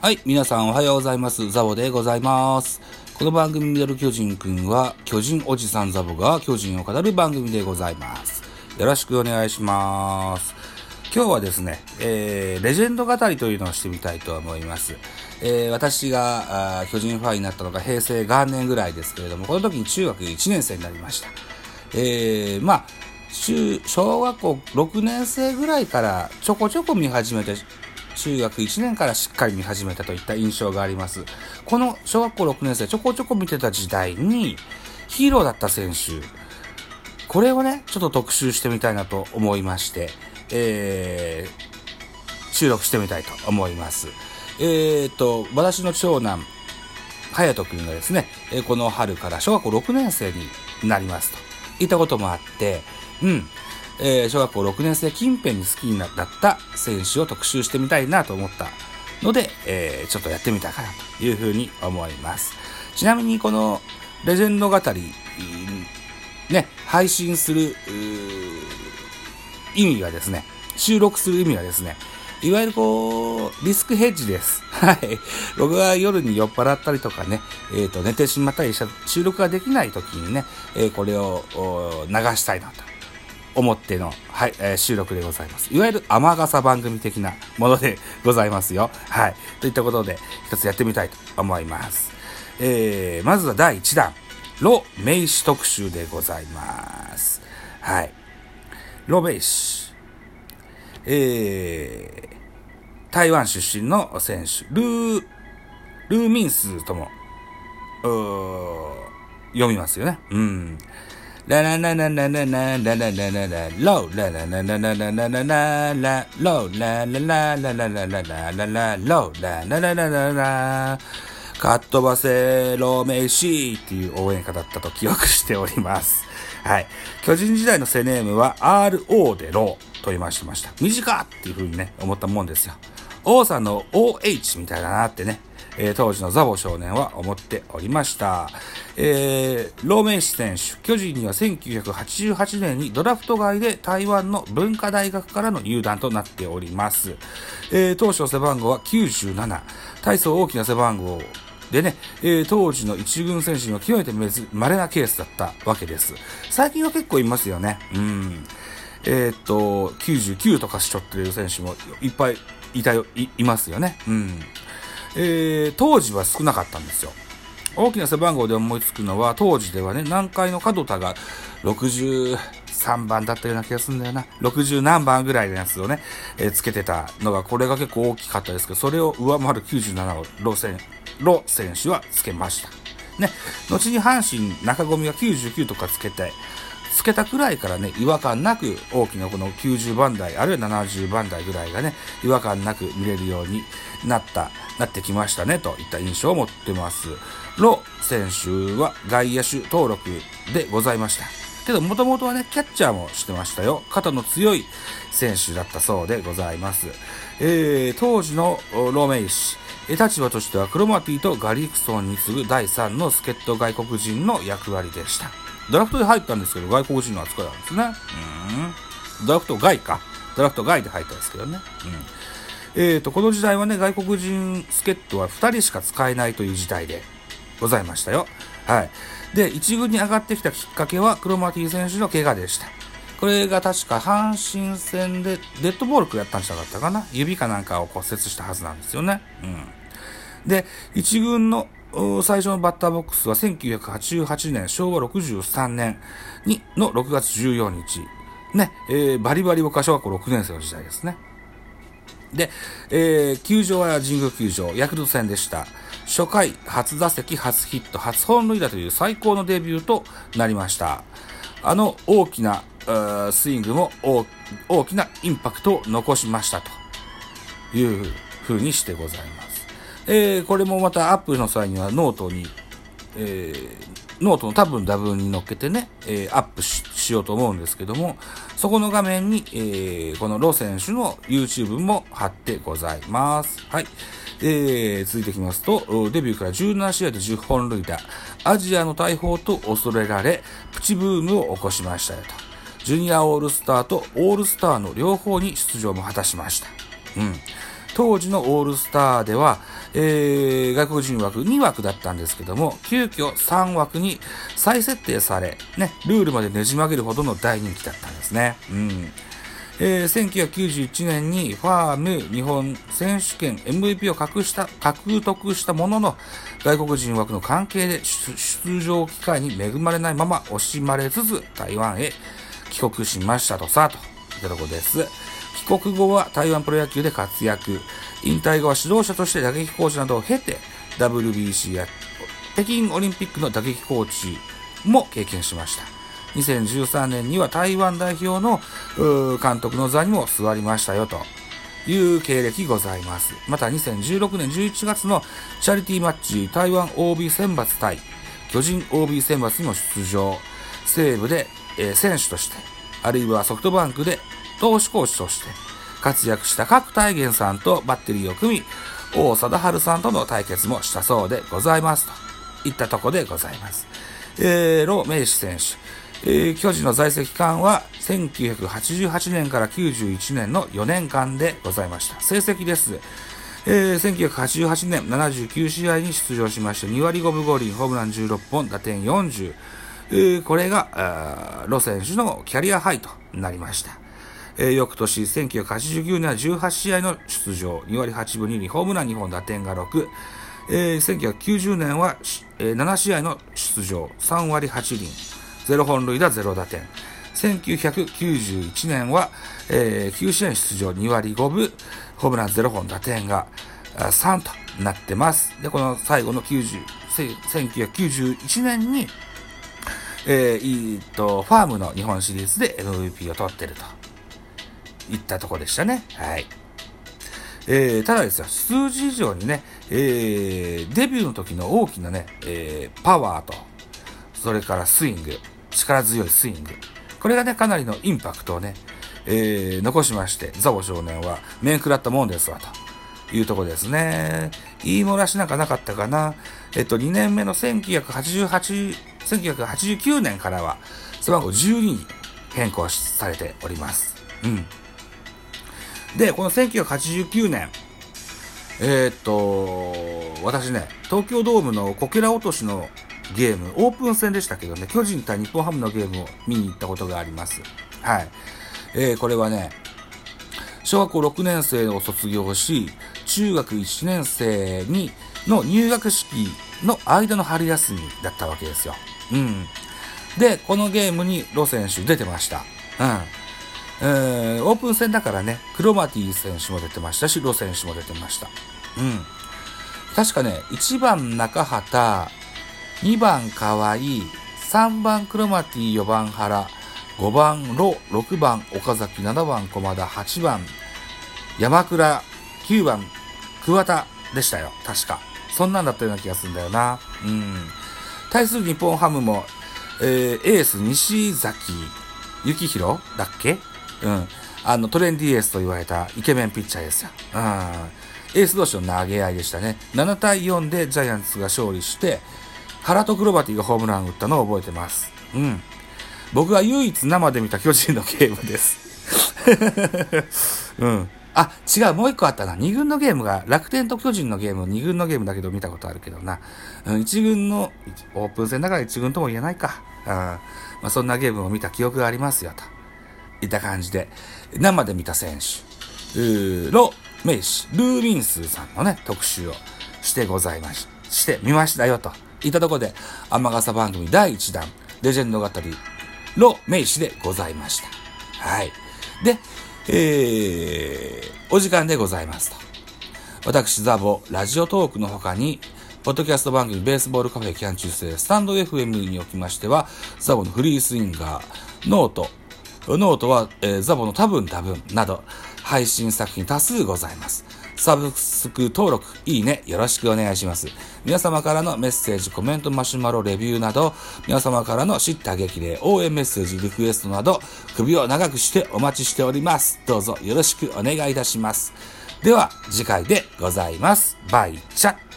はい、皆さんおはようございます。ザボでございます。この番組ミドル巨人くんは巨人おじさんザボが巨人を語る番組でございます。よろしくお願いします。今日はですね、レジェンド語りというのをしてみたいと思います。私が巨人ファンになったのが平成元年ぐらいですけれども、この時に中学1年生になりました。小学校6年生ぐらいからちょこちょこ見始めて、中学1年からしっかり見始めたといった印象があります。この小学校6年生ちょこちょこ見てた時代にヒーローだった選手、これをねちょっと特集してみたいなと思いまして、収録してみたいと思います。私の長男隼人君がですね、この春から小学校6年生になりますといったこともあって、小学校6年生近辺に好きになった選手を特集してみたいなと思ったので、ちょっとやってみたかなというふうに思います。ちなみにこのレジェンド語りね、配信する意味がですね、収録する意味がですね、いわゆるリスクヘッジです。はい。僕が夜に酔っ払ったりとかね、寝てしまったりした収録ができない時にね、これを流したいなと思っての、はい、収録でございます。いわゆる雨傘番組的なものでございますよ。はい。といったことで、一つやってみたいと思います。まずは第1弾、ロ・メイシ特集でございます。はい。ロ・メイシ。台湾出身の選手、ルーミンスーとも、読みますよね。ララララララララララララローララララララララララローララララララララララローララララララかっ飛ばせローメイシーっていう応援歌だったと記憶しております。はい。巨人時代のセネームは RO でローと言いましてました。短っていう風にね、思ったもんですよ。王さんの OH みたいだなってね、当時のザボ少年は思っておりました。ローメイシ選手、巨人には1988年にドラフト外で台湾の文化大学からの入団となっております。当初背番号は97、大層大きな背番号でね、当時の一軍選手には極めて稀なケースだったわけです。最近は結構いますよね。99とかしちょってる選手もいっぱいいますよね。当時は少なかったんですよ。大きな背番号で思いつくのは、当時ではね、南海の門田が63番だったような気がするんだよな。60何番ぐらいのやつをね、つけてたのが、これが結構大きかったですけど、それを上回る97をロ選手はつけました。ね、後に阪神中込が99とかつけたくらいからね、違和感なく大きなこの90番台、あるいは70番台ぐらいがね、違和感なく見れるようになってきましたね、といった印象を持ってます。ロ選手は外野手登録でございました。けど、もともとはね、キャッチャーもしてましたよ。肩の強い選手だったそうでございます。当時のロメイシ、立場としてはクロマティとガリクソンに次ぐ第3の助っ人外国人の役割でした。ドラフトで入ったんですけど、外国人の扱いなんですね。ドラフト外で入ったんですけどね。この時代はね、外国人助っ人は2人しか使えないという時代でございましたよ。はい。で、一軍に上がってきたきっかけは、クロマティ選手の怪我でした。これが確か阪神戦でデッドボールやったんじゃなかったかな。指かなんかを骨折したはずなんですよね。で、一軍の最初のバッターボックスは1988年、昭和63年の6月14日。ね、バリバリ僕は小学校6年生の時代ですね。で、球場は神宮球場、ヤクルト戦でした。初回、初打席、初ヒット、初本塁打という最高のデビューとなりました。大きなスイングも大きなインパクトを残しましたという風にしてございます。これもまたアップの際にはノートの多分ダブに乗っけてね、アップ しようと思うんですけども、そこの画面に、このロ選手の YouTube も貼ってございます。はい。続いていきますと、デビューから17試合で10本塁打、アジアの大砲と恐れられ、プチブームを起こしましたよと。ジュニアオールスターとオールスターの両方に出場も果たしました。 当時のオールスターでは、外国人枠2枠だったんですけども、急遽3枠に再設定され、ね、ルールまでねじ曲げるほどの大人気だったんですね。1991年にファーム日本選手権 MVP を獲得したものの、外国人枠の関係で出場機会に恵まれないまま惜しまれつつ台湾へ帰国しましたとさ、といったところです。帰国後は台湾プロ野球で活躍。引退後は指導者として打撃コーチなどを経て、WBC や北京オリンピックの打撃コーチも経験しました。2013年には台湾代表の監督の座にも座りましたよという経歴ございます。また2016年11月のチャリティーマッチ台湾 OB 選抜対巨人 OB 選抜にも出場。西武で、選手として、あるいはソフトバンクで投手コーチとして活躍した郭大元さんとバッテリーを組み、王貞治さんとの対決もしたそうでございますといったところでございます。ロ・メイシ選手。巨人の在籍期間は1988年から91年の4年間でございました。成績です。1988年79試合に出場しまして2割5分5厘、ホームラン16本、打点40。これがロ選手のキャリアハイとなりました。翌年1989年は18試合の出場、2割8分2厘、ホームラン2本、打点が6。1990年は、7試合の出場、3割8厘、0本塁打0打点。1991年は、9試合出場2割5分、ホームラン0本、打点が3となってます。で、この最後の1991年に、ファームの日本シリーズで MVP を取ってるといったところでしたね。はい。ただですよ、数字以上にね、デビューの時の大きなね、パワーと、それからスイング、力強いスイング。これがね、かなりのインパクトをね、残しまして、ザボ少年は面食らったもんですわ、というところですね。言い漏らしなんかなかったかな。2年目の1989年からは、背番号12に変更されております。うん。で、この1989年、私ね、東京ドームのこけら落としのゲーム、オープン戦でしたけどね、巨人対日本ハムのゲームを見に行ったことがあります。はい。これはね、小学校6年生を卒業し、中学1年生の入学式の間の春休みだったわけですよ。うん。で、このゲームにロ選手出てました。うん。オープン戦だからね、クロマティ選手も出てましたし、ロ選手も出てました。うん。確かね、1番中畑、2番河合、3番クロマティ、4番原、5番ロ、6番岡崎、7番駒田、8番山倉、9番桑田でしたよ。確か。そんなんだったような気がするんだよな。うん。対する日本ハムも、エース西崎幸宏だっけ？うん。トレンディエースと言われたイケメンピッチャーですよ。うん。エース同士の投げ合いでしたね。7対4でジャイアンツが勝利して、原とクロバティがホームランを打ったのを覚えてます。うん。僕が唯一生で見た巨人のゲームです。うん。あ、違う、もう一個あったな。2軍のゲームが、楽天と巨人のゲーム、2軍のゲームだけど見たことあるけどな。うん、1軍の、オープン戦だから1軍とも言えないか。まあ、そんなゲームを見た記憶がありますよ、といった感じで、生で見た選手、ロ・メイシ、ルー・ミンスーさんのね、特集をしてみましたよ、といったところで、天笠番組第1弾、レジェンド語り、ロ・メイシでございました。はい。で、お時間でございますと。私、ザボ、ラジオトークの他に、ポッドキャスト番組ベースボールカフェキャン中世スタンド FM におきましては、ザボのフリースインガー、ノートは、ザボの多分など、配信作品多数ございます。サブスク登録、いいね、よろしくお願いします。皆様からのメッセージ、コメント、マシュマロ、レビューなど、皆様からの知った激励、応援メッセージ、リクエストなど、首を長くしてお待ちしております。どうぞよろしくお願いいたします。では、次回でございます。バイチャ。